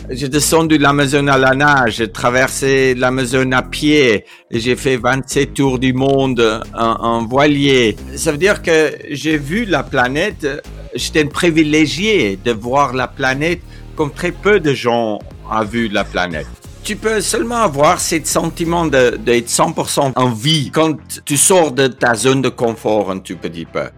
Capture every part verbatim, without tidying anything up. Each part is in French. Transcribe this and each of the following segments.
J'ai descendu l'Amazone à la nage, j'ai traversé l'Amazone à pied et j'ai fait vingt-sept tours du monde en, en voilier. Ça veut dire que j'ai vu la planète, j'étais un privilégié de voir la planète comme très peu de gens ont vu la planète. Tu peux seulement avoir ce sentiment de, d'être cent pour cent en vie quand tu sors de ta zone de confort un tout petit peu.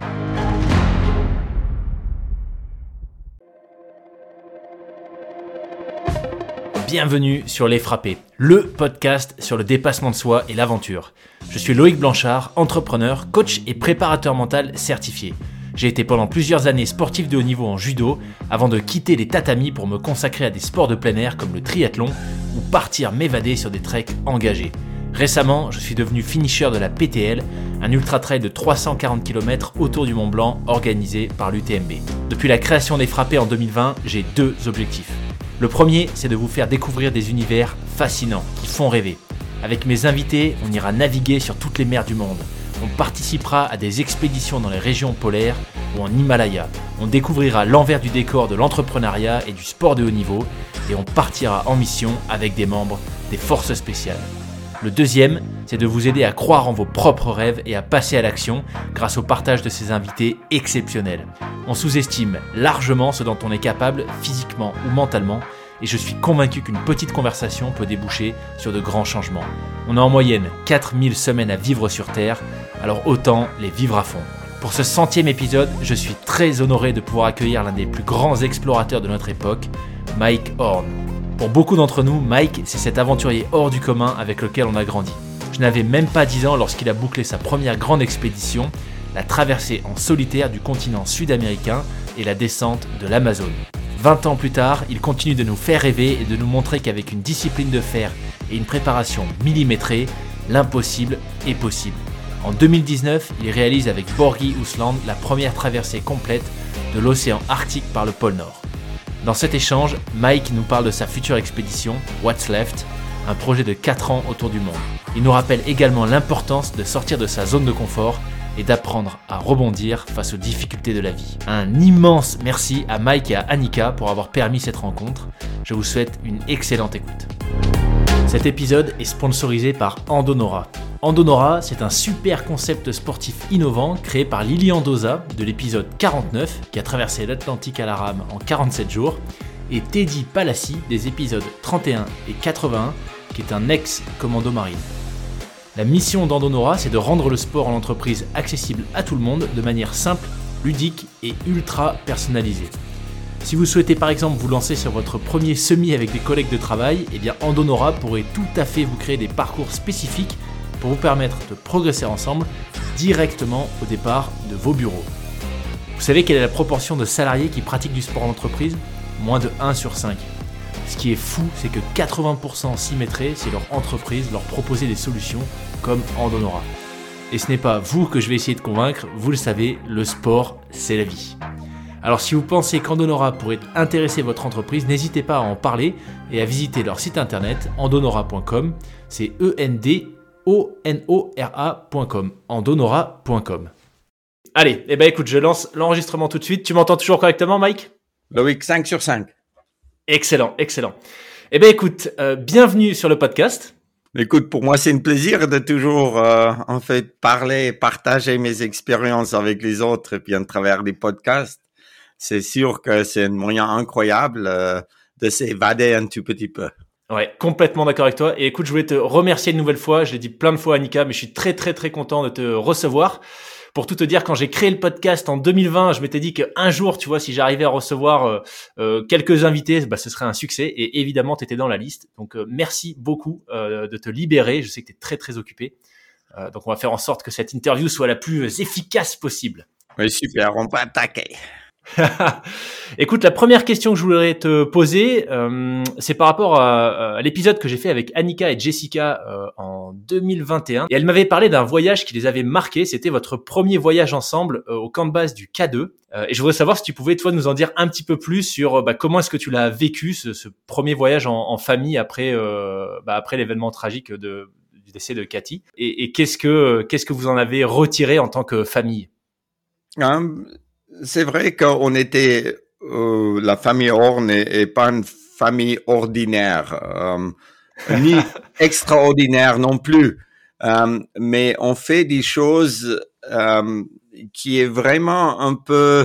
Bienvenue sur Les Frappés, le podcast sur le dépassement de soi et l'aventure. Je suis Loïc Blanchard, entrepreneur, coach et préparateur mental certifié. J'ai été pendant plusieurs années sportif de haut niveau en judo avant de quitter les tatamis pour me consacrer à des sports de plein air comme le triathlon ou partir m'évader sur des treks engagés. Récemment, je suis devenu finisher de la P T L, un ultra-trail de trois cent quarante kilomètres autour du Mont Blanc organisé par l'U T M B. Depuis la création des Frappés en deux mille vingt, j'ai deux objectifs. Le premier, c'est de vous faire découvrir des univers fascinants, qui font rêver. Avec mes invités, on ira naviguer sur toutes les mers du monde. On participera à des expéditions dans les régions polaires ou en Himalaya. On découvrira l'envers du décor de l'entrepreneuriat et du sport de haut niveau. Et on partira en mission avec des membres des forces spéciales. Le deuxième, c'est de vous aider à croire en vos propres rêves et à passer à l'action grâce au partage de ces invités exceptionnels. On sous-estime largement ce dont on est capable physiquement ou mentalement et je suis convaincu qu'une petite conversation peut déboucher sur de grands changements. On a en moyenne quatre mille semaines à vivre sur Terre, alors autant les vivre à fond. Pour ce centième épisode, je suis très honoré de pouvoir accueillir l'un des plus grands explorateurs de notre époque, Mike Horn. Pour beaucoup d'entre nous, Mike, c'est cet aventurier hors du commun avec lequel on a grandi. Je n'avais même pas dix ans lorsqu'il a bouclé sa première grande expédition, la traversée en solitaire du continent sud-américain et la descente de l'Amazone. vingt ans plus tard, il continue de nous faire rêver et de nous montrer qu'avec une discipline de fer et une préparation millimétrée, l'impossible est possible. En deux mille dix-neuf, il réalise avec Borghi Ousland la première traversée complète de l'océan Arctique par le pôle Nord. Dans cet échange, Mike nous parle de sa future expédition, What's Left, un projet de quatre ans autour du monde. Il nous rappelle également l'importance de sortir de sa zone de confort et d'apprendre à rebondir face aux difficultés de la vie. Un immense merci à Mike et à Annika pour avoir permis cette rencontre. Je vous souhaite une excellente écoute. Cet épisode est sponsorisé par Andonora. Andonora, c'est un super concept sportif innovant créé par Lilian Doza de l'épisode quarante-neuf qui a traversé l'Atlantique à la rame en quarante-sept jours et Teddy Palassi des épisodes trente et un et quatre-vingt-un qui est un ex-commando marine. La mission d'Andonora, c'est de rendre le sport en entreprise accessible à tout le monde de manière simple, ludique et ultra personnalisée. Si vous souhaitez par exemple vous lancer sur votre premier semi avec des collègues de travail, eh bien Andonora pourrait tout à fait vous créer des parcours spécifiques pour vous permettre de progresser ensemble directement au départ de vos bureaux. Vous savez quelle est la proportion de salariés qui pratiquent du sport en entreprise ? Moins de un sur cinq. Ce qui est fou, c'est que quatre-vingts pour cent s'y mettraient si leur entreprise leur proposait des solutions comme Andonora. Et ce n'est pas vous que je vais essayer de convaincre, vous le savez, le sport, c'est la vie. Alors si vous pensez qu'Andonora pourrait intéresser votre entreprise, n'hésitez pas à en parler et à visiter leur site internet andonora point com, c'est E N D O N O R A point com, andonora point com. Allez, eh ben écoute, je lance l'enregistrement tout de suite. Tu m'entends toujours correctement, Mike ? Loïc, cinq sur cinq. Excellent, excellent. Eh ben écoute, euh, bienvenue sur le podcast. Écoute, pour moi, c'est un plaisir de toujours, euh, en fait, parler, partager mes expériences avec les autres et puis à travers des podcasts. C'est sûr que c'est un moyen incroyable euh, de s'évader un tout petit peu. Ouais, complètement d'accord avec toi. Et écoute, je voulais te remercier une nouvelle fois. Je l'ai dit plein de fois à Annika, mais je suis très, très, très content de te recevoir. Pour tout te dire, quand j'ai créé le podcast en deux mille vingt, je m'étais dit qu'un jour, tu vois, si j'arrivais à recevoir euh, euh, quelques invités, bah, ce serait un succès. Et évidemment, tu étais dans la liste. Donc, euh, merci beaucoup euh, de te libérer. Je sais que tu es très, très occupé. Euh, donc, on va faire en sorte que cette interview soit la plus efficace possible. Oui, super. On peut attaquer. Écoute, la première question que je voudrais te poser, euh, c'est par rapport à, à l'épisode que j'ai fait avec Annika et Jessica euh, en deux mille vingt et un. Et elles m'avaient parlé d'un voyage qui les avait marqués. C'était votre premier voyage ensemble euh, au camp de base du K deux. Euh, et je voudrais savoir si tu pouvais, toi, nous en dire un petit peu plus sur bah, comment est-ce que tu l'as vécu, ce, ce premier voyage en, en famille après, euh, bah, après l'événement tragique de, du décès de Cathy. Et, et qu'est-ce que, qu'est-ce que vous en avez retiré en tant que famille ? Um... C'est vrai qu'on était, euh, la famille Horn est, est pas une famille ordinaire, euh, ni extraordinaire non plus, euh, mais on fait des choses euh, qui est vraiment un peu,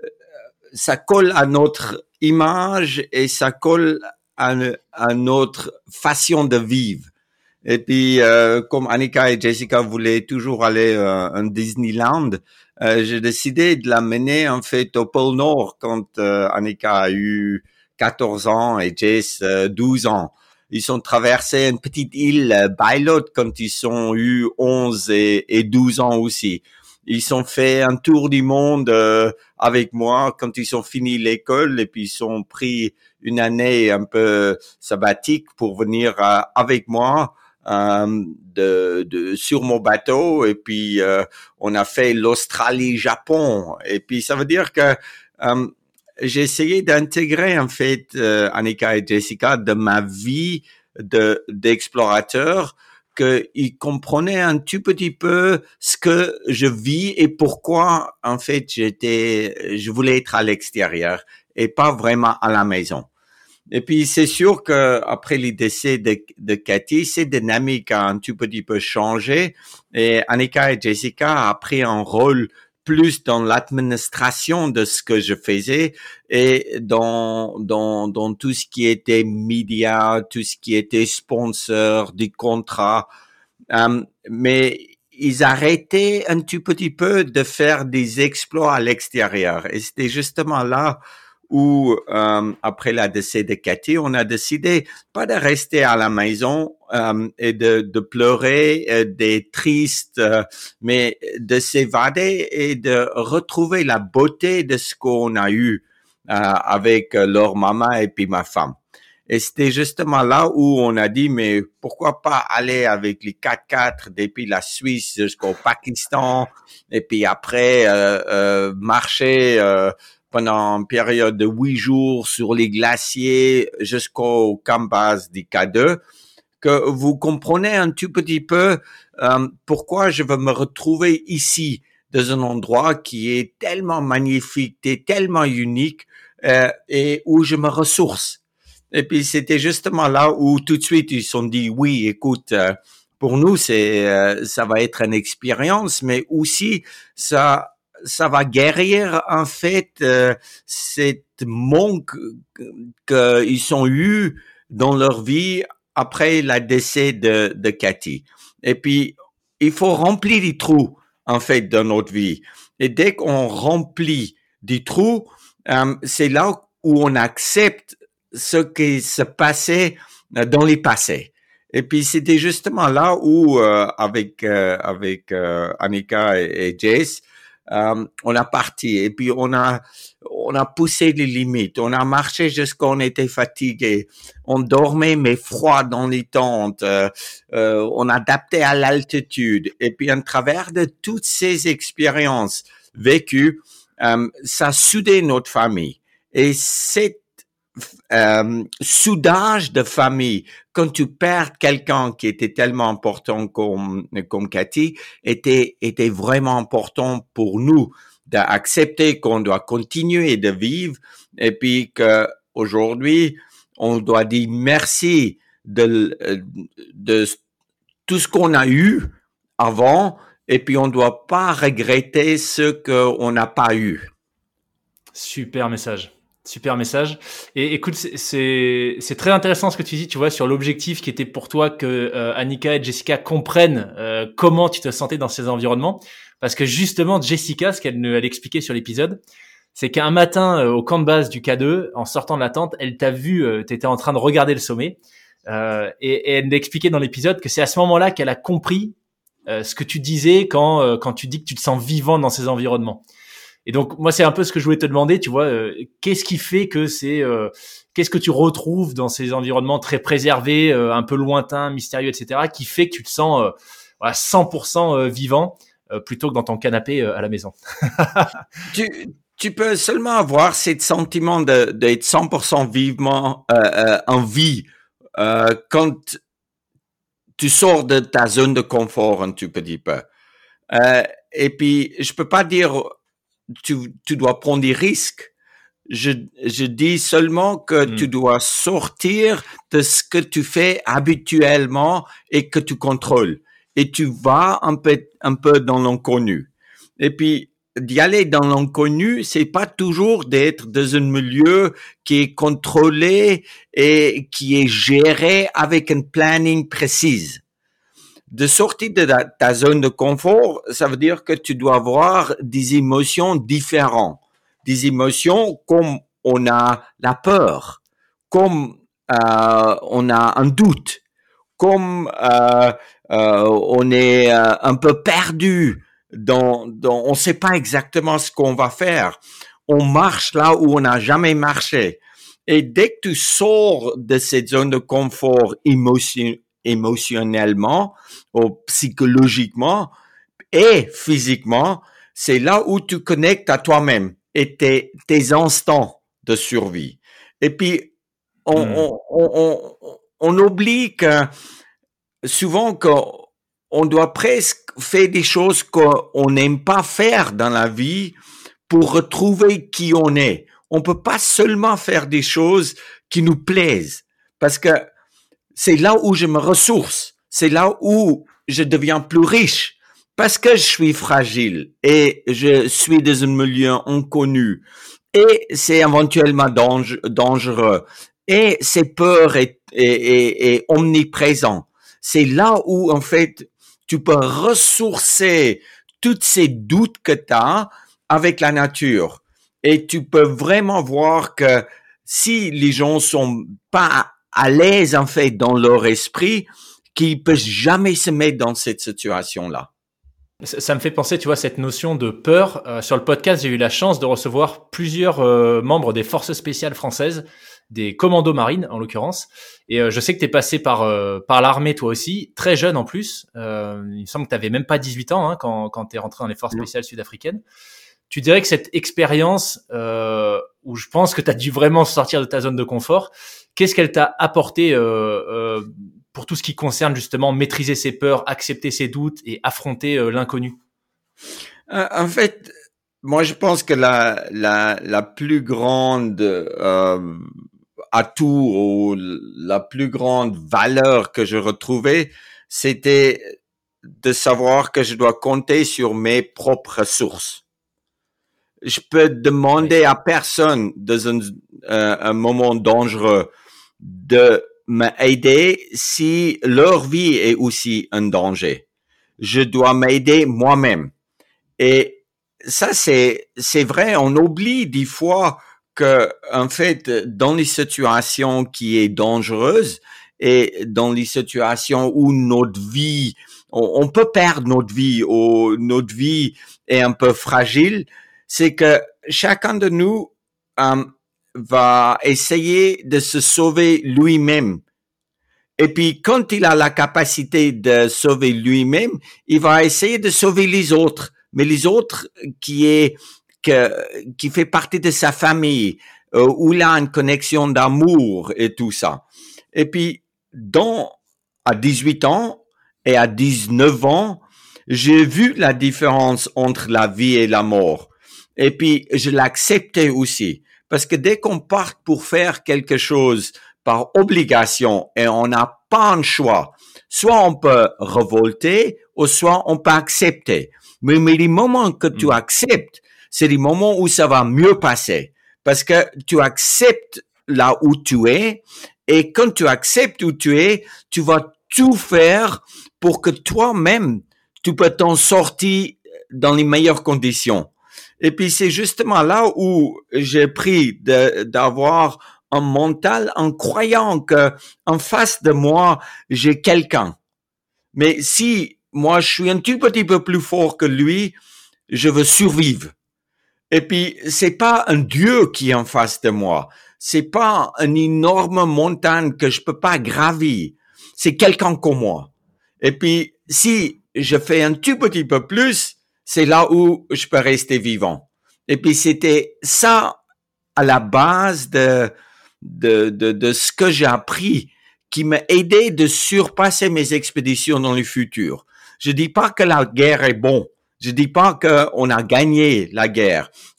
ça colle à notre image et ça colle à, à notre façon de vivre. Et puis, euh, comme Annika et Jessica voulaient toujours aller euh, à Disneyland, euh, j'ai décidé de l'amener en fait au pôle Nord quand euh, Annika a eu quatorze ans et Jess euh, douze ans. Ils ont traversé une petite île, euh, Bylot, quand ils ont eu onze et, et douze ans aussi. Ils ont fait un tour du monde euh, avec moi quand ils ont fini l'école et puis ils ont pris une année un peu sabbatique pour venir euh, avec moi. Euh, de, de sur mon bateau et puis euh, on a fait l'Australie-Japon et puis ça veut dire que euh, j'ai essayé d'intégrer en fait euh, Annika et Jessica de ma vie de d'explorateur, qu'ils comprenaient un tout petit peu ce que je vis et pourquoi en fait j'étais je voulais être à l'extérieur et pas vraiment à la maison. Et puis, c'est sûr que après le décès de, de Cathy, cette dynamique a un tout petit peu changé et Annika et Jessica a pris un rôle plus dans l'administration de ce que je faisais et dans, dans, dans tout ce qui était média, tout ce qui était sponsor, du contrat. Um, mais ils arrêtaient un tout petit peu de faire des exploits à l'extérieur. Et c'était justement là où, euh, après la décès de Cathy, on a décidé pas de rester à la maison euh, et de, de pleurer, euh, d'être triste, euh, mais de s'évader et de retrouver la beauté de ce qu'on a eu euh, avec leur maman et puis ma femme. Et c'était justement là où on a dit, mais pourquoi pas aller avec les quatre-quatre depuis la Suisse jusqu'au Pakistan et puis après euh, euh, marcher euh, pendant une période de huit jours sur les glaciers jusqu'au camp base du K deux, que vous comprenez un tout petit peu euh, pourquoi je veux me retrouver ici, dans un endroit qui est tellement magnifique, tellement unique euh, et où je me ressource. Et puis, c'était justement là où tout de suite, ils se sont dit, oui, écoute, euh, pour nous, c'est, euh, ça va être une expérience, mais aussi, ça, ça va guérir, en fait, euh, cette manque qu'ils ont eu dans leur vie après la décès de, de Cathy. Et puis, il faut remplir les trous, en fait, dans notre vie. Et dès qu'on remplit des trous, euh, c'est là où on accepte ce qui se passait dans les passés. Et puis c'était justement là où euh, avec euh, avec euh, Annika et, et Jess, euh, on a parti et puis on a on a poussé les limites, on a marché jusqu'à on était fatigué, on dormait mais froid dans les tentes, euh, euh, on adaptait à l'altitude et puis à travers de toutes ces expériences vécues, euh, ça soudait notre famille et c'est Euh, soudage de famille, quand tu perds quelqu'un qui était tellement important comme comme Cathy, était était vraiment important pour nous d'accepter qu'on doit continuer de vivre et puis que aujourd'hui on doit dire merci de de tout ce qu'on a eu avant et puis on doit pas regretter ce qu'on n'a pas eu. Super message. Super message. Et écoute, c'est, c'est, c'est très intéressant ce que tu dis, tu vois, sur l'objectif qui était pour toi que euh, Annika et Jessica comprennent euh, comment tu te sentais dans ces environnements. Parce que justement, Jessica, ce qu'elle elle expliquait sur l'épisode, c'est qu'un matin, euh, au camp de base du K deux, en sortant de la tente, elle t'a vu, euh, tu étais en train de regarder le sommet. Euh, et, et elle expliquait dans l'épisode que c'est à ce moment-là qu'elle a compris euh, ce que tu disais quand, euh, quand tu dis que tu te sens vivant dans ces environnements. Et donc, moi, c'est un peu ce que je voulais te demander, tu vois, euh, qu'est-ce qui fait que c'est, euh, qu'est-ce que tu retrouves dans ces environnements très préservés, euh, un peu lointains, mystérieux, et cetera, qui fait que tu te sens euh, voilà, cent pour cent euh, vivant euh, plutôt que dans ton canapé euh, à la maison. tu, tu peux seulement avoir ce sentiment de, d'être cent pour cent vivement euh, euh, en vie euh, quand tu sors de ta zone de confort un tout petit peu. Euh, et puis, je peux pas dire tu, tu dois prendre des risques. Je, je dis seulement que mmh. tu dois sortir de ce que tu fais habituellement et que tu contrôles. Et tu vas un peu, un peu dans l'inconnu. Et puis, d'y aller dans l'inconnu, c'est pas toujours d'être dans un milieu qui est contrôlé et qui est géré avec un planning précis. De sortir de ta, ta zone de confort, ça veut dire que tu dois avoir des émotions différentes. Des émotions comme on a la peur, comme euh, on a un doute, comme euh, euh, on est euh, un peu perdu, dans, dans, on ne sait pas exactement ce qu'on va faire. On marche là où on n'a jamais marché. Et dès que tu sors de cette zone de confort émotion, émotionnellement, ou psychologiquement et physiquement, c'est là où tu connectes à toi-même et tes, tes instants de survie. Et puis, on, mmh. on, on, on, on oublie que souvent qu'on doit presque faire des choses qu'on n'aime pas faire dans la vie pour retrouver qui on est. On peut pas seulement faire des choses qui nous plaisent parce que c'est là où je me ressource. C'est là où je deviens plus riche. Parce que je suis fragile et je suis dans un milieu inconnu et c'est éventuellement dangereux et c'est peur est, est, est, est omniprésent. C'est là où, en fait, tu peux ressourcer tous ces doutes que tu as avec la nature et tu peux vraiment voir que si les gens sont pas à l'aise, en fait, dans leur esprit, qu'ils peuvent jamais se mettre dans cette situation-là. Ça me fait penser, tu vois, cette notion de peur. Euh, sur le podcast, j'ai eu la chance de recevoir plusieurs euh, membres des forces spéciales françaises, des commandos marines en l'occurrence. Et euh, je sais que tu es passé par euh, par l'armée toi aussi, très jeune en plus. Euh, il me semble que tu n'avais même pas dix-huit ans hein, quand, quand tu es rentré dans les forces spéciales sud-africaines. Tu dirais que cette expérience, euh, où je pense que tu as dû vraiment sortir de ta zone de confort, qu'est-ce qu'elle t'a apporté euh, euh, pour tout ce qui concerne justement maîtriser ses peurs, accepter ses doutes et affronter euh, l'inconnu? euh, En fait, moi je pense que la la la plus grande euh, atout ou la plus grande valeur que je retrouvais, c'était de savoir que je dois compter sur mes propres ressources. Je peux demander à personne dans un, euh, un moment dangereux de m'aider si leur vie est aussi un danger. Je dois m'aider moi-même. Et ça, c'est, c'est vrai, on oublie des fois que, en fait, dans les situations qui est dangereuses et dans les situations où notre vie, on, on peut perdre notre vie ou notre vie est un peu fragile, c'est que chacun de nous euh, va essayer de se sauver lui-même. Et puis, quand il a la capacité de sauver lui-même, il va essayer de sauver les autres. Mais les autres qui est que qui fait partie de sa famille, euh, où il a une connexion d'amour et tout ça. Et puis, dans à dix-huit ans et à dix-neuf ans, j'ai vu la différence entre la vie et la mort. Et puis, je l'acceptais aussi. Parce que dès qu'on part pour faire quelque chose par obligation et on n'a pas un choix, soit on peut révolter ou soit on peut accepter. Mais, mais les moments que tu acceptes, c'est les moments où ça va mieux passer. Parce que tu acceptes là où tu es et quand tu acceptes où tu es, tu vas tout faire pour que toi-même, tu peux t'en sortir dans les meilleures conditions. Et puis, c'est justement là où j'ai pris de, d'avoir un mental en croyant que en face de moi, j'ai quelqu'un. Mais si moi, je suis un tout petit peu plus fort que lui, je veux survivre. Et puis, c'est pas un Dieu qui est en face de moi. C'est pas une énorme montagne que je peux pas gravir. C'est quelqu'un comme moi. Et puis, si je fais un tout petit peu plus, c'est là où je peux rester vivant. Et puis, c'était ça à la base de, de, de, de ce que j'ai appris qui m'a aidé de surpasser mes expéditions dans le futur. Je dis pas que la guerre est bon. Je dis pas qu'on a gagné la guerre.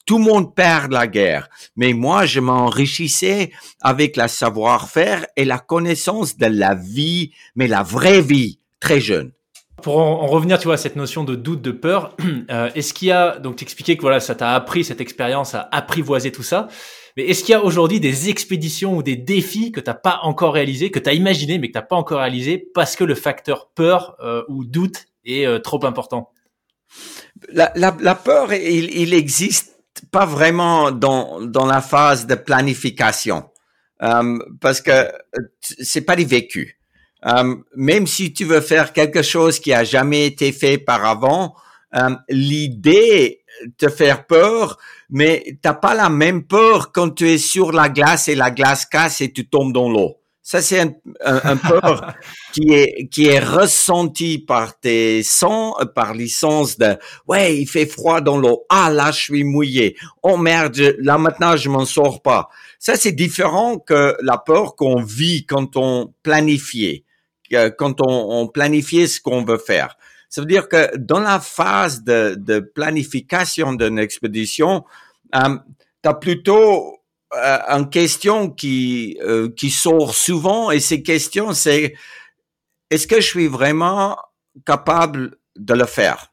tout le monde perd la guerre. Mais moi, je m'enrichissais avec la savoir-faire et la connaissance de la vie, mais la vraie vie, très jeune. Pour en, en revenir, tu vois, à cette notion de doute, de peur, euh, est-ce qu'il y a, donc t'expliquais que voilà, ça t'a appris, cette expérience à apprivoiser tout ça, mais est-ce qu'il y a aujourd'hui des expéditions ou des défis que t'as pas encore réalisés, que t'as imaginé mais que t'as pas encore réalisé parce que le facteur peur euh, ou doute est euh, trop important? La, la, la peur, il, il existe pas vraiment dans, dans la phase de planification, euh, parce que c'est pas du vécu. Euh, même si tu veux faire quelque chose qui a jamais été fait par avant, euh, l'idée te faire peur, mais t'as pas la même peur quand tu es sur la glace et la glace casse et tu tombes dans l'eau. Ça, c'est un, un, un peur qui est qui est ressenti par tes sens, par les sens de ouais, il fait froid dans l'eau. Ah là, je suis mouillé. Oh merde, je, là maintenant je m'en sors pas. Ça, c'est différent que la peur qu'on vit quand on planifie, quand on, on planifie ce qu'on veut faire. Ça veut dire que dans la phase de, de planification d'une expédition, euh, t'as plutôt Euh, une question qui euh, qui sort souvent, et ces questions, c'est est-ce que je suis vraiment capable de le faire?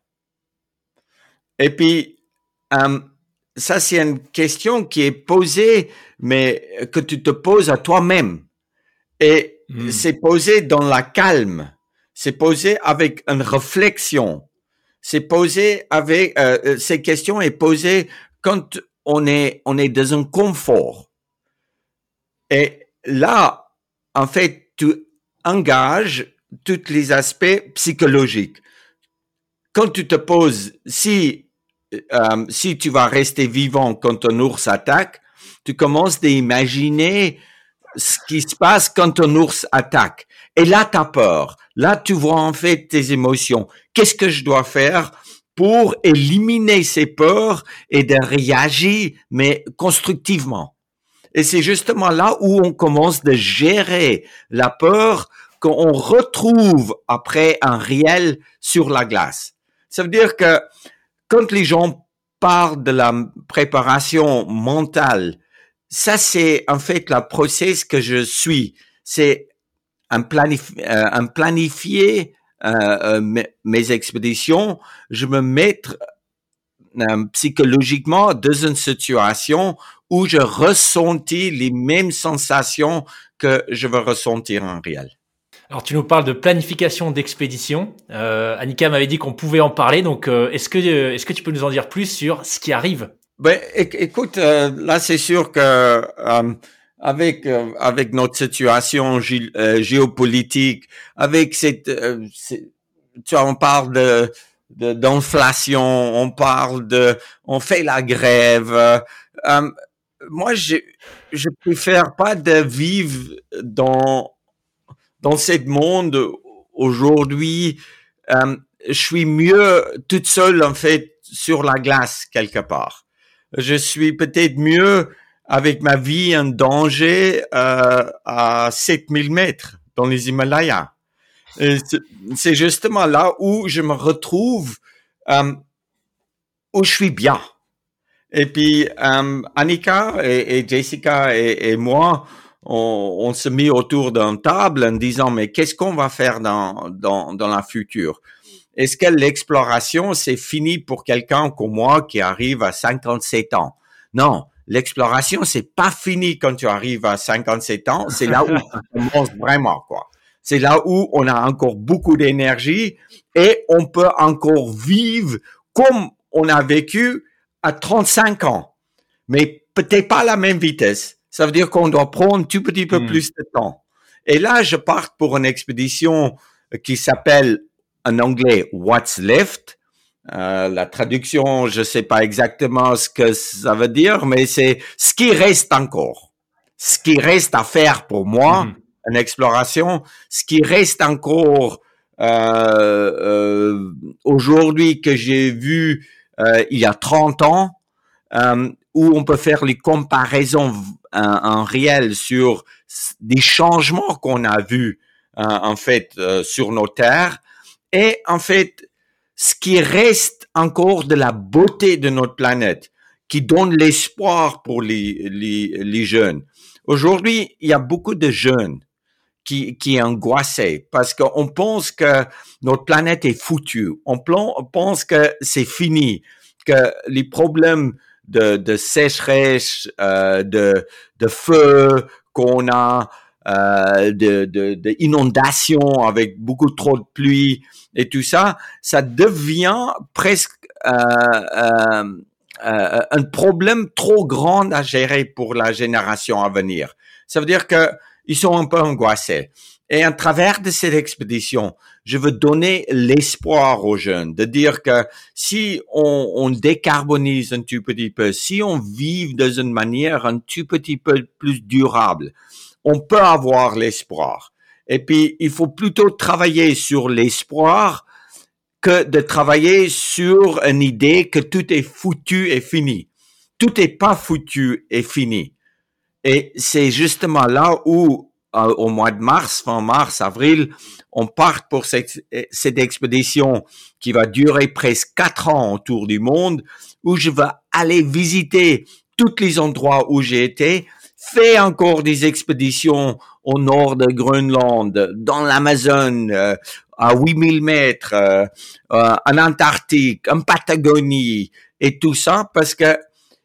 Et puis euh, ça, c'est une question qui est posée, mais que tu te poses à toi-même, et mmh. c'est posé dans la calme, c'est posé avec une réflexion, c'est posé avec euh, ces questions est posée quand on est, on est dans un confort. Et là, en fait, tu engages tous les aspects psychologiques. Quand tu te poses, si, euh, si tu vas rester vivant quand un ours attaque, tu commences à imaginer ce qui se passe quand un ours attaque. Et là, tu as peur. Là, tu vois en fait tes émotions. Qu'est-ce que je dois faire pour éliminer ces peurs et de réagir, mais constructivement? Et c'est justement là où on commence de gérer la peur qu'on retrouve après un réel sur la glace. Ça veut dire que quand les gens parlent de la préparation mentale, ça c'est en fait la process que je suis. C'est un, planif euh, un planifier euh, mes, mes expéditions, je me mets euh, psychologiquement dans une situation où je ressentis les mêmes sensations que je veux ressentir en réel. Alors, tu nous parles de planification d'expédition. Euh, Annika m'avait dit qu'on pouvait en parler. Donc, euh, est-ce que, euh, est-ce que tu peux nous en dire plus sur ce qui arrive? Ben, écoute, euh, là, c'est sûr que euh, avec euh, avec notre situation gé- euh, géopolitique, avec cette, euh, cette, tu vois, on parle de, de d'inflation, on parle de, on fait la grève. Euh, moi, je je préfère pas de vivre dans dans ce monde aujourd'hui. Euh, je suis mieux toute seule en fait sur la glace quelque part. Je suis peut-être mieux avec ma vie en danger euh, à sept mille mètres dans les Himalayas. Et c'est justement là où je me retrouve, euh, où je suis bien. Et puis, euh, Annika et, et Jessica et, et moi, on, on se mit autour d'une table en disant, mais qu'est-ce qu'on va faire dans, dans, dans la future? Est-ce que l'exploration, c'est fini pour quelqu'un comme moi qui arrive à cinquante-sept ans? Non, l'exploration, c'est pas fini quand tu arrives à cinquante-sept ans. C'est là où on commence vraiment, quoi. C'est là où on a encore beaucoup d'énergie et on peut encore vivre comme on a vécu à trente-cinq ans, mais peut-être pas à la même vitesse. Ça veut dire qu'on doit prendre un tout petit peu mmh. plus de temps. Et là, je pars pour une expédition qui s'appelle en anglais What's Left. Euh, la traduction, je sais pas exactement ce que ça veut dire, mais c'est ce qui reste encore. Ce qui reste à faire pour moi, mmh. une exploration, ce qui reste encore euh, euh, aujourd'hui que j'ai vu euh, il y a trente ans, euh, où on peut faire les comparaisons en, en réel sur des changements qu'on a vus euh, en fait euh, sur nos terres. Et en fait, ce qui reste encore de la beauté de notre planète, qui donne l'espoir pour les, les, les jeunes. Aujourd'hui, il y a beaucoup de jeunes qui, qui est angoissé parce qu'on pense que notre planète est foutue. On pense que c'est fini, que les problèmes de, de sécheresse, euh, de, de feu qu'on a, euh, de, de, de inondations avec beaucoup trop de pluie et tout ça, ça devient presque euh, euh, euh, un problème trop grand à gérer pour la génération à venir. Ça veut dire que ils sont un peu angoissés. Et à travers de cette expédition, je veux donner l'espoir aux jeunes, de dire que si on, on décarbonise un tout petit peu, si on vit dans une manière un tout petit peu plus durable, on peut avoir l'espoir. Et puis, il faut plutôt travailler sur l'espoir que de travailler sur une idée que tout est foutu et fini. Tout est pas foutu et fini. Et c'est justement là où, euh, au mois de mars, fin mars, avril, on part pour cette, cette expédition qui va durer presque quatre ans autour du monde, où je vais aller visiter tous les endroits où j'ai été, faire encore des expéditions au nord de Groenland, dans l'Amazone, euh, à huit mille mètres, euh, euh, en Antarctique, en Patagonie, et tout ça, parce que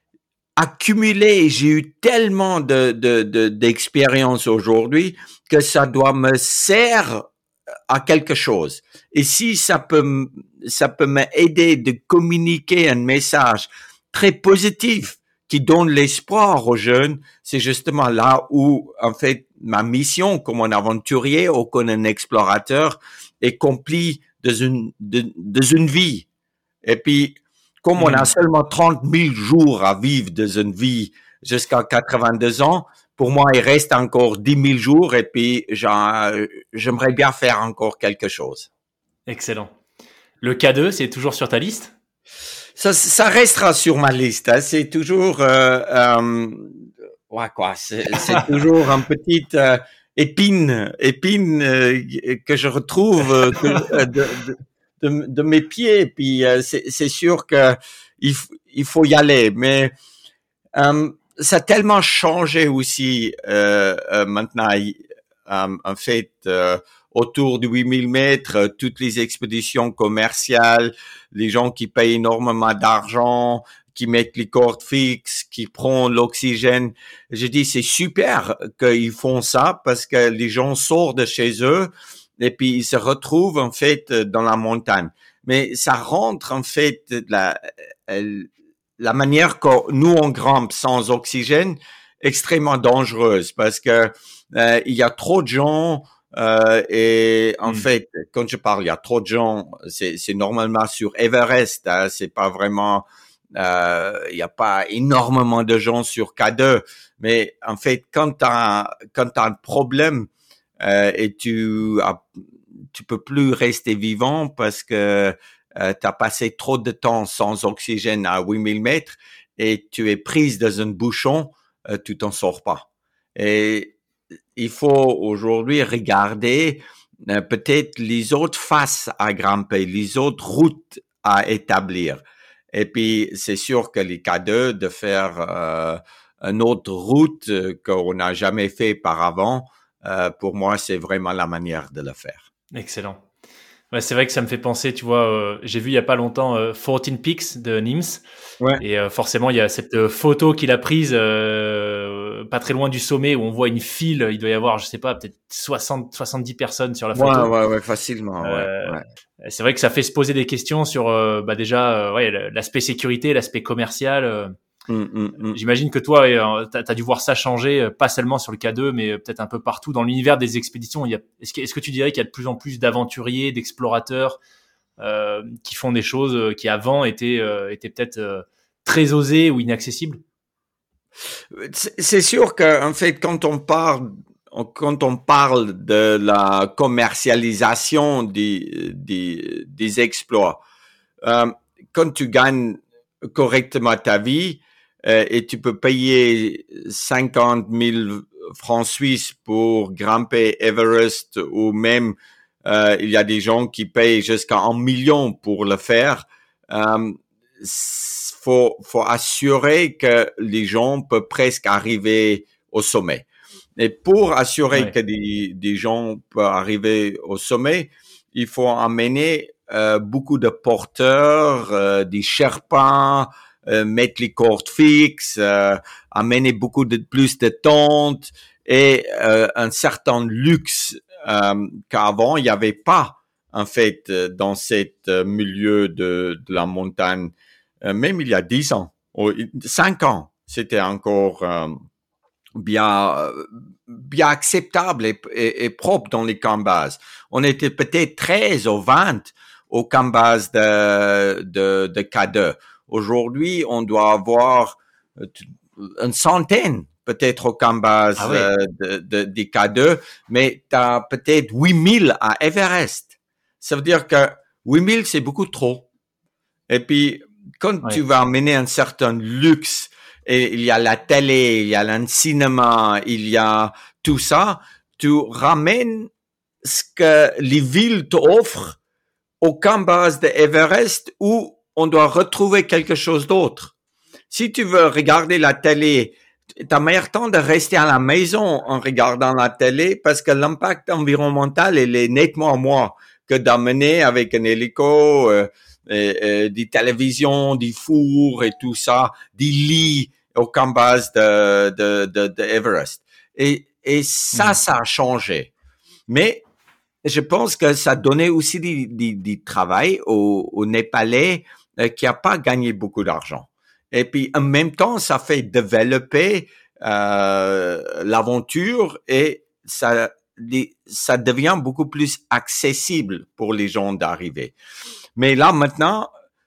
accumulé, j'ai eu tellement de, de, de, d'expérience aujourd'hui que ça doit me servir à quelque chose. Et si ça peut, ça peut m'aider de communiquer un message très positif qui donne l'espoir aux jeunes, c'est justement là où, en fait, ma mission comme un aventurier ou comme un explorateur est accomplie dans une, de, dans une vie. Et puis, comme on a seulement trente mille jours à vivre dans une vie jusqu'à quatre-vingt-deux ans, pour moi, il reste encore dix mille jours et puis j'aimerais bien faire encore quelque chose. Excellent. Le K deux, c'est toujours sur ta liste? Ça, ça restera sur ma liste. Hein. C'est toujours, euh, euh, ouais quoi, c'est, c'est toujours une petite euh, épine, épine euh, que je retrouve euh, que, euh, de, de, De, de mes pieds, puis euh, c'est, c'est sûr que il, il faut y aller, mais euh, ça a tellement changé aussi euh, euh, maintenant. Euh, en fait, euh, autour de huit mille mètres, euh, toutes les expéditions commerciales, les gens qui payent énormément d'argent, qui mettent les cordes fixes, qui prennent l'oxygène. Je dis c'est super qu'ils font ça parce que les gens sortent de chez eux. Et puis, ils se retrouvent, en fait, dans la montagne. Mais ça rentre, en fait, la, la manière que nous, on grimpe sans oxygène, extrêmement dangereuse parce que euh, il y a trop de gens euh, et, en mmh. fait, quand je parle, il y a trop de gens, c'est, c'est normalement sur Everest, hein, c'est pas vraiment... Euh, il y a pas énormément de gens sur K deux. Mais, en fait, quand t'as, quand t'as un problème, Euh, et tu as, tu peux plus rester vivant parce que euh, tu as passé trop de temps sans oxygène à huit mille mètres et tu es prise dans un bouchon, euh, tu t'en sors pas. Et il faut aujourd'hui regarder euh, peut-être les autres faces à grimper, les autres routes à établir. Et puis, c'est sûr que les K deux, de faire euh, une autre route qu'on n'a jamais fait par avant, Euh, pour moi, c'est vraiment la manière de le faire. Excellent. Ouais, c'est vrai que ça me fait penser, tu vois, euh, j'ai vu il y a pas longtemps euh, quatorze Peaks de Nims. Ouais. Et euh, forcément, il y a cette euh, photo qu'il a prise euh, pas très loin du sommet où on voit une file. Il doit y avoir, je sais pas, peut-être soixante, soixante-dix personnes sur la photo. Ouais, ouais, ouais, facilement. Euh, ouais, ouais. C'est vrai que ça fait se poser des questions sur, euh, bah déjà, euh, ouais, l'aspect sécurité, l'aspect commercial. Euh, Mmh, mmh, mmh. J'imagine que toi, euh, t'as, t'as dû voir ça changer, pas seulement sur le K deux, mais peut-être un peu partout dans l'univers des expéditions. Il y a, est-ce que, est-ce que tu dirais qu'il y a de plus en plus d'aventuriers, d'explorateurs euh, qui font des choses qui avant étaient, euh, étaient peut-être euh, très osées ou inaccessibles? C'est, c'est sûr que, en fait, quand on parle, quand on parle de la commercialisation des, des, des exploits, euh, quand tu gagnes correctement ta vie, Euh, et tu peux payer cinquante mille francs suisses pour grimper Everest ou même euh, il y a des gens qui payent jusqu'à un million pour le faire. Euh, faut faut assurer que les gens peuvent presque arriver au sommet. Et pour assurer ouais. que des, des gens peuvent arriver au sommet, il faut amener euh, beaucoup de porteurs, euh, des Sherpas, euh, mettre les cordes fixes, euh, amener beaucoup de plus de tentes et euh, un certain luxe euh, qu'avant il n'y avait pas en fait dans cet milieu de, de la montagne. Euh, même il y a dix ans, cinq ans, c'était encore euh, bien bien acceptable et, et, et propre dans les camps bases. On était peut-être treize ou vingt aux camps bases de, de, de K deux. Aujourd'hui, on doit avoir une centaine peut-être au camp base ah oui. euh, de, de, des K deux, mais tu as peut-être huit mille à Everest. Ça veut dire que huit mille, c'est beaucoup trop. Et puis, quand oui. tu vas amener un certain luxe, et il y a la télé, il y a le cinéma, il y a tout ça, tu ramènes ce que les villes t'offrent au camp base de Everest où on doit retrouver quelque chose d'autre. Si tu veux regarder la télé, t'as meilleur temps de rester à la maison en regardant la télé parce que l'impact environnemental, il est nettement moins que d'amener avec un hélico, euh, et, et, des télévisions, des fours et tout ça, des lits au camp base de, de, de, de Everest. Et, et ça, mmh. ça a changé. Mais je pense que ça donnait aussi du, du, du travail aux, aux Népalais euh, qui n'a pas gagné beaucoup d'argent. Et puis, en même temps, ça fait développer euh, l'aventure et ça, les, ça devient beaucoup plus accessible pour les gens d'arriver. Mais là, maintenant,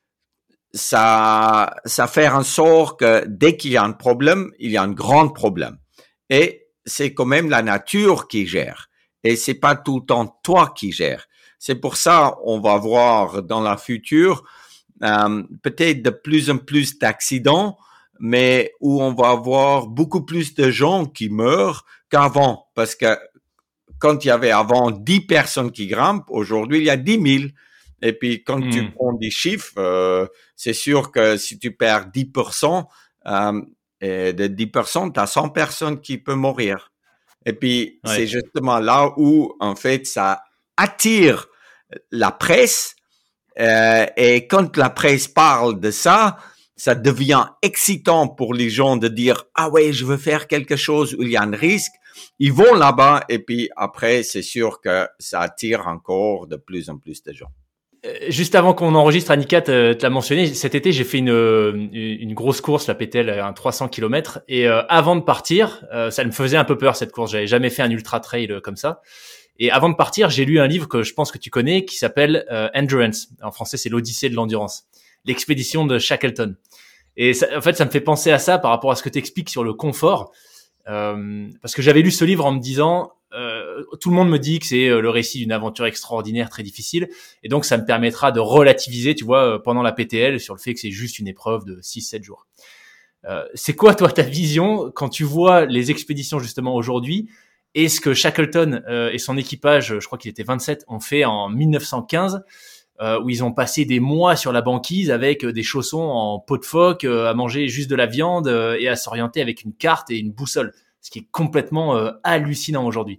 ça, ça fait en sorte que dès qu'il y a un problème, il y a un grand problème. Et c'est quand même la nature qui gère. Et c'est pas tout le temps toi qui gères. C'est pour ça, on va voir dans la future, euh, peut-être de plus en plus d'accidents, mais où on va avoir beaucoup plus de gens qui meurent qu'avant. Parce que quand il y avait avant dix personnes qui grimpent, aujourd'hui, il y a dix mille. Et puis, quand mmh. tu prends des chiffres, euh, c'est sûr que si tu perds dix pour cent, euh, et de dix pour cent, tu as cent personnes qui peuvent mourir. Et puis, ouais. c'est justement là où, en fait, ça attire la presse. Euh, et quand la presse parle de ça, ça devient excitant pour les gens de dire « Ah ouais, je veux faire quelque chose où il y a un risque ». Ils vont là-bas et puis après, c'est sûr que ça attire encore de plus en plus de gens. Juste avant qu'on enregistre, Annika te, te l'a mentionné, cet été, j'ai fait une, une grosse course, la P T L, un trois cents kilomètres. Et euh, avant de partir, euh, ça me faisait un peu peur cette course. J'avais jamais fait un ultra trail comme ça. Et avant de partir, j'ai lu un livre que je pense que tu connais, qui s'appelle euh, Endurance. En français, c'est l'Odyssée de l'endurance, l'expédition de Shackleton. Et ça, en fait, ça me fait penser à ça par rapport à ce que tu expliques sur le confort. Euh, parce que j'avais lu ce livre en me disant... Euh, tout le monde me dit que c'est le récit d'une aventure extraordinaire, très difficile, et donc ça me permettra de relativiser, tu vois, pendant la P T L, sur le fait que c'est juste une épreuve de six sept jours. Euh, c'est quoi, toi, ta vision quand tu vois les expéditions justement aujourd'hui et ce que Shackleton euh, et son équipage, je crois qu'il était vingt-sept, ont fait en mille neuf cent quinze, euh, où ils ont passé des mois sur la banquise avec des chaussons en peau de phoque, euh, à manger juste de la viande euh, et à s'orienter avec une carte et une boussole. Ce qui est complètement euh, hallucinant aujourd'hui.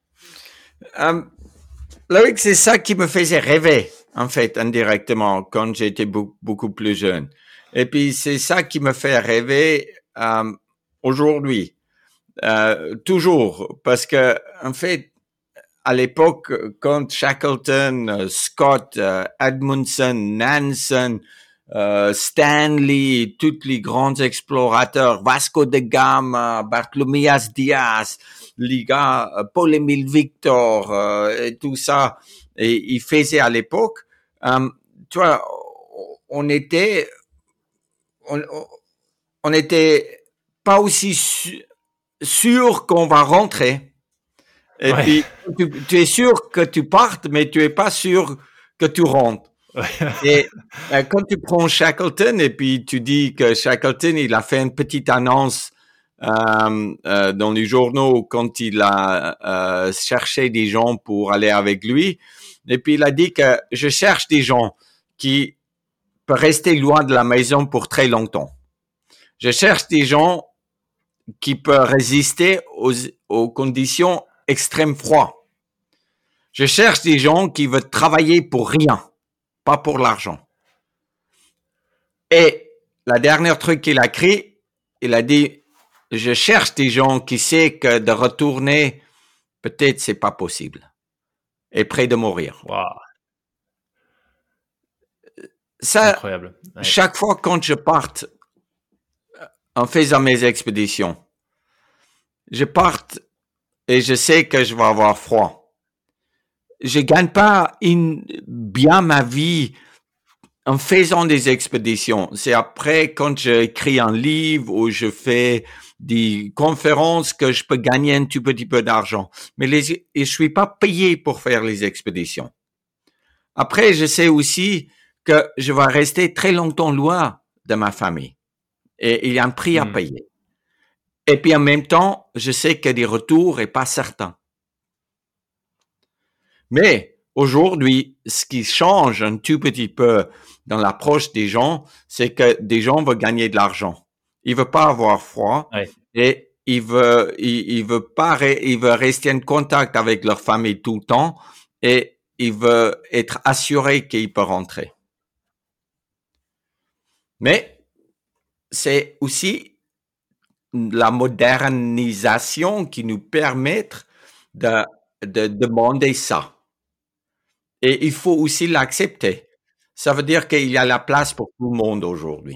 Um, Loïc, c'est ça qui me faisait rêver, en fait, indirectement, quand j'étais beaucoup, beaucoup plus jeune. Et puis, c'est ça qui me fait rêver um, aujourd'hui, euh, toujours, parce que, en fait, à l'époque, quand Shackleton, Scott, uh, Edmundson, Nansen, Uh, Stanley, tous les grands explorateurs, Vasco da Gama, Bartholomew Diaz, les gars, uh, Paul-Émile Victor, uh, et tout ça, et ils faisaient à l'époque, um, tu vois, on était, on, on était pas aussi su, sûr qu'on va rentrer. Et ouais. puis, tu, tu es sûr que tu partes, mais tu es pas sûr que tu rentres. Et euh, quand tu prends Shackleton et puis tu dis que Shackleton, il a fait une petite annonce euh, euh, dans les journaux quand il a euh, cherché des gens pour aller avec lui. Et puis il a dit que je cherche des gens qui peuvent rester loin de la maison pour très longtemps. Je cherche des gens qui peuvent résister aux, aux conditions extrêmes froides. Je cherche des gens qui veulent travailler pour rien, pas pour l'argent. Et la dernière truc qu'il a écrit, il a dit, je cherche des gens qui savent que de retourner, peut-être c'est pas possible. Et près de mourir. Wow. Ça, incroyable. Ouais. Chaque fois quand je parte en faisant mes expéditions, je parte et je sais que je vais avoir froid. Je gagne pas une, bien ma vie en faisant des expéditions. C'est après quand j'écris un livre ou je fais des conférences que je peux gagner un tout petit peu d'argent. Mais les, et je suis pas payé pour faire les expéditions. Après, je sais aussi que je vais rester très longtemps loin de ma famille. Et il y a un prix à payer. Et puis en même temps, je sais que des retours est pas certain. Mais aujourd'hui, ce qui change un tout petit peu dans l'approche des gens, c'est que des gens veulent gagner de l'argent. Ils veulent pas avoir froid ouais. et ils veulent, ils, ils veulent pas, ils veulent rester en contact avec leur famille tout le temps et ils veulent être assurés qu'ils peuvent rentrer. Mais c'est aussi la modernisation qui nous permet de, de demander ça. Et il faut aussi l'accepter. Ça veut dire qu'il y a la place pour tout le monde aujourd'hui.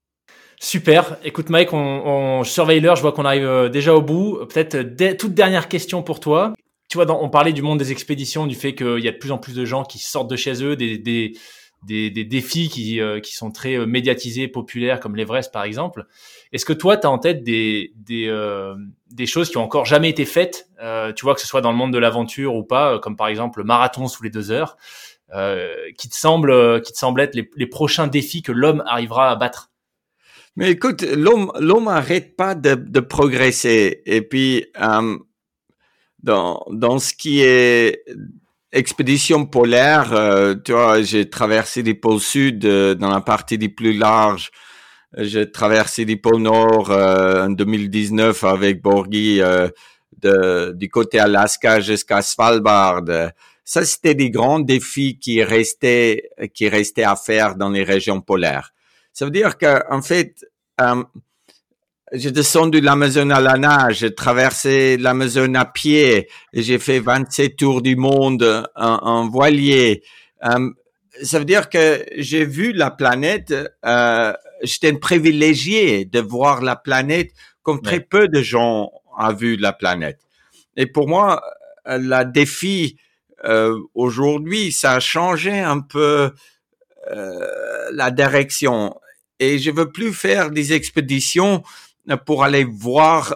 Super. Écoute Mike, on, on surveille l'heure, je vois qu'on arrive déjà au bout. Peut-être de, toute dernière question pour toi. Tu vois, dans, on parlait du monde des expéditions, du fait qu'il y a de plus en plus de gens qui sortent de chez eux, des, des, des, des défis qui, euh, qui sont très médiatisés, populaires, comme l'Everest par exemple. Est-ce que toi, tu as en tête des, des, euh, des choses qui ont encore jamais été faites, euh, tu vois, que ce soit dans le monde de l'aventure ou pas, comme par exemple le marathon sous les deux heures, euh, qui te semblent, qui te semblent être les, les prochains défis que l'homme arrivera à battre? Mais écoute, l'homme, l'homme n'arrête pas de, de progresser. Et puis, euh, dans, dans ce qui est expédition polaire, euh, tu vois, j'ai traversé les pôles sud euh, dans la partie des plus larges. J'ai traversé les pôles nord euh, en deux mille dix-neuf avec Borghi euh, de, du côté Alaska jusqu'à Svalbard. Ça, c'était des grands défis qui restaient, qui restaient à faire dans les régions polaires. Ça veut dire que, en fait, euh, j'ai descendu de l'Amazone à la nage, j'ai traversé l'Amazone à pied, et j'ai fait vingt-sept tours du monde en, en voilier. Euh, ça veut dire que j'ai vu la planète, euh, j'étais un privilégié de voir la planète comme très Ouais. peu de gens ont vu la planète. Et pour moi, le défi euh, aujourd'hui, ça a changé un peu euh, la direction. Et je veux plus faire des expéditions pour aller voir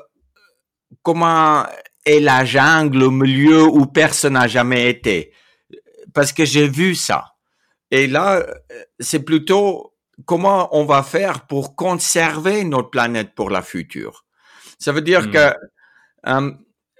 comment est la jungle au milieu où personne n'a jamais été. Parce que j'ai vu ça. Et là, c'est plutôt comment on va faire pour conserver notre planète pour la future. Ça veut dire mmh. que euh,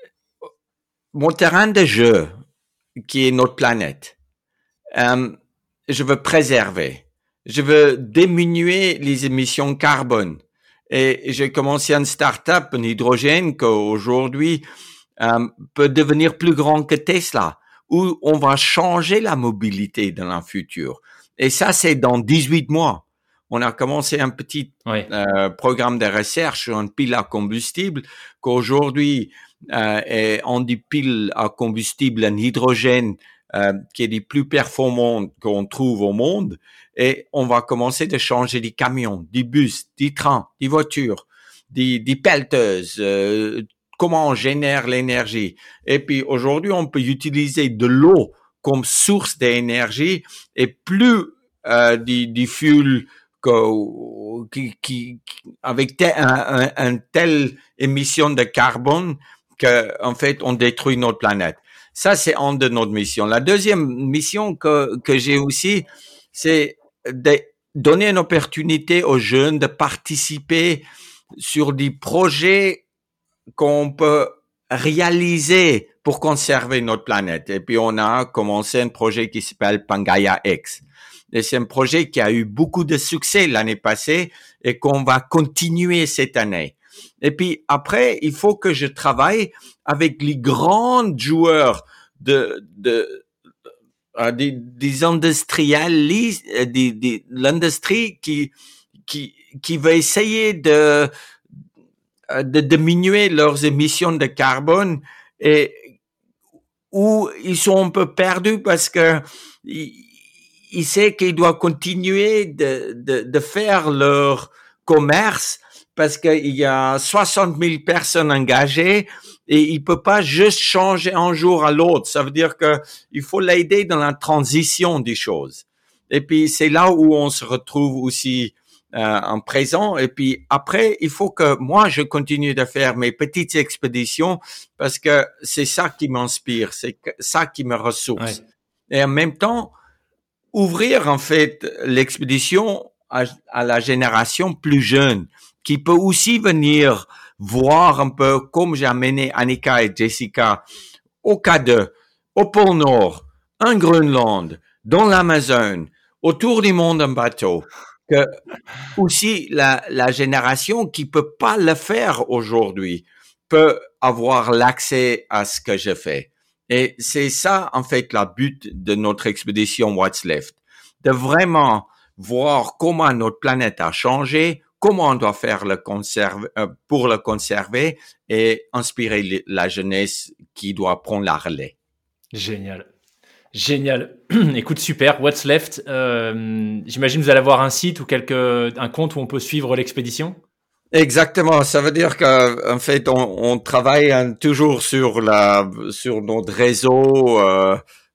mon terrain de jeu, qui est notre planète, euh, je veux préserver. Je veux diminuer les émissions carbone. Et j'ai commencé une start-up en hydrogène qu'aujourd'hui euh, peut devenir plus grand que Tesla, où on va changer la mobilité dans le futur. Et ça, c'est dans dix-huit mois. On a commencé un petit oui. euh, programme de recherche sur une pile à combustible qu'aujourd'hui, euh, est, on dit pile à combustible en hydrogène euh, qui est des plus performantes qu'on trouve au monde. Et on va commencer de changer des camions, des bus, des trains, des voitures, des, des pelleteuses, euh, comment on génère l'énergie. Et puis aujourd'hui, on peut utiliser de l'eau comme source d'énergie et plus euh, des, des fuels que, qui, qui, avec te, un, un, un telle émission de carbone que en fait, on détruit notre planète. Ça, c'est une de notre missions. La deuxième mission que, que j'ai aussi, c'est de donner une opportunité aux jeunes de participer sur des projets qu'on peut réaliser pour conserver notre planète. Et puis, on a commencé un projet qui s'appelle Pangaea X. Et c'est un projet qui a eu beaucoup de succès l'année passée et qu'on va continuer cette année. Et puis, après, il faut que je travaille avec les grands joueurs de, de, euh, des, des industriels, des, des, l'industrie qui, qui, qui va essayer de, de diminuer leurs émissions de carbone et où ils sont un peu perdus parce que ils, ils savent qu'ils doivent continuer de, de, de faire leur commerce parce qu'il y a soixante mille personnes engagées et il peut pas juste changer un jour à l'autre. Ça veut dire que il faut l'aider dans la transition des choses. Et puis, c'est là où on se retrouve aussi euh, en présent. Et puis, après, il faut que moi, je continue de faire mes petites expéditions parce que c'est ça qui m'inspire, c'est ça qui me ressource. Ouais. Et en même temps, ouvrir, en fait, l'expédition à, à la génération plus jeune qui peut aussi venir voir un peu comme j'ai amené Annika et Jessica au K deux, au pôle Nord, en Groenland, dans l'Amazone, autour du monde en bateau, que aussi la, la génération qui peut pas le faire aujourd'hui peut avoir l'accès à ce que je fais. Et c'est ça, en fait, le but de notre expédition What's Left, de vraiment voir comment notre planète a changé, comment on doit faire le conserve, euh, pour le conserver et inspirer la jeunesse qui doit prendre la relais. Génial. Génial. Écoute, super. What's Left. Euh, j'imagine que vous allez avoir un site ou quelque, un compte où on peut suivre l'expédition. Exactement. Ça veut dire qu'en fait, on, on travaille hein, toujours sur la, sur notre réseau euh,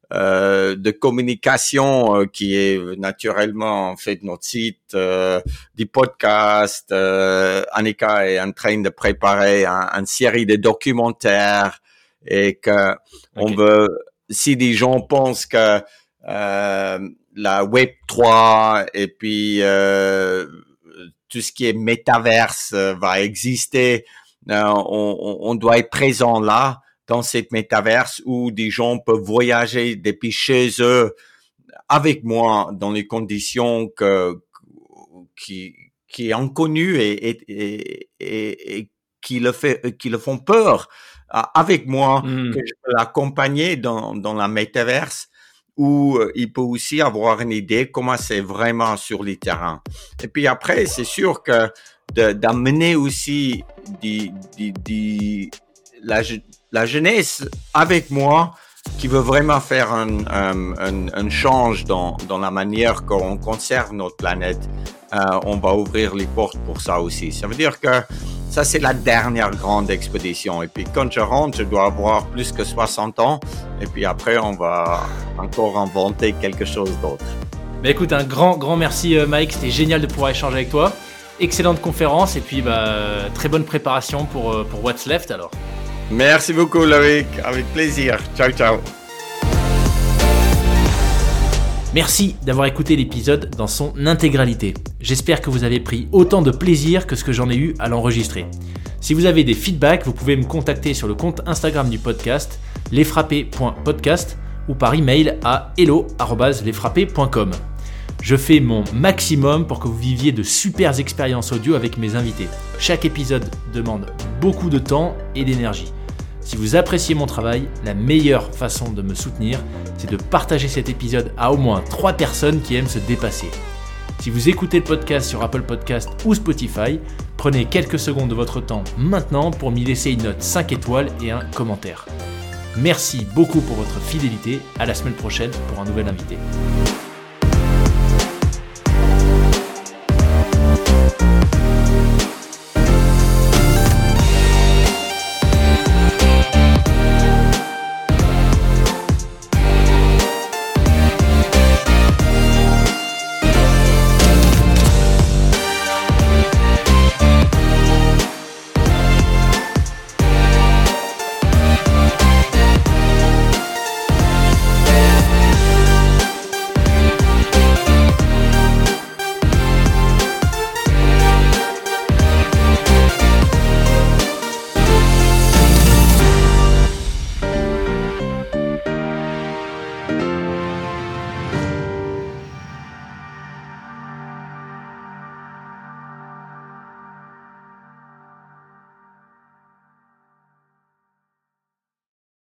euh, de communication euh, qui est naturellement en fait notre site, euh, des podcasts. Euh, Annika est en train de préparer un, une série de documentaires et que okay. on veut. Si des gens pensent que euh, la Web trois et puis euh, tout ce qui est métaverse euh, va exister, euh, on, on doit être présent là, dans cette métaverse où des gens peuvent voyager depuis chez eux avec moi dans les conditions que, qui, qui est inconnues et, et, et, et, et qui le fait, qui le font peur. Avec moi, mmh. que je peux l'accompagner dans, dans la métaverse où euh, il peut aussi avoir une idée comment c'est vraiment sur les terrains. Et puis après, c'est sûr que de, d'amener aussi des, des, des, la, la jeunesse avec moi qui veut vraiment faire un, un, un, un change dans, dans la manière qu'on conserve notre planète, euh, on va ouvrir les portes pour ça aussi. Ça veut dire que ça, c'est la dernière grande expédition. Et puis, quand je rentre, je dois avoir plus que soixante ans. Et puis après, on va encore inventer quelque chose d'autre. Bah écoute, un grand, grand merci Mike. C'était génial de pouvoir échanger avec toi. Excellente conférence et puis bah, très bonne préparation pour, pour What's Left alors. Merci beaucoup Loïc, avec plaisir. Ciao, ciao. Merci d'avoir écouté l'épisode dans son intégralité. J'espère que vous avez pris autant de plaisir que ce que j'en ai eu à l'enregistrer. Si vous avez des feedbacks, vous pouvez me contacter sur le compte Instagram du podcast, lesfrappés point podcast ou par email à hello arobase lesfrappés point com. Je fais mon maximum pour que vous viviez de super expériences audio avec mes invités. Chaque épisode demande beaucoup de temps et d'énergie. Si vous appréciez mon travail, la meilleure façon de me soutenir, c'est de partager cet épisode à au moins trois personnes qui aiment se dépasser. Si vous écoutez le podcast sur Apple Podcast ou Spotify, prenez quelques secondes de votre temps maintenant pour m'y laisser une note cinq étoiles et un commentaire. Merci beaucoup pour votre fidélité. À la semaine prochaine pour un nouvel invité.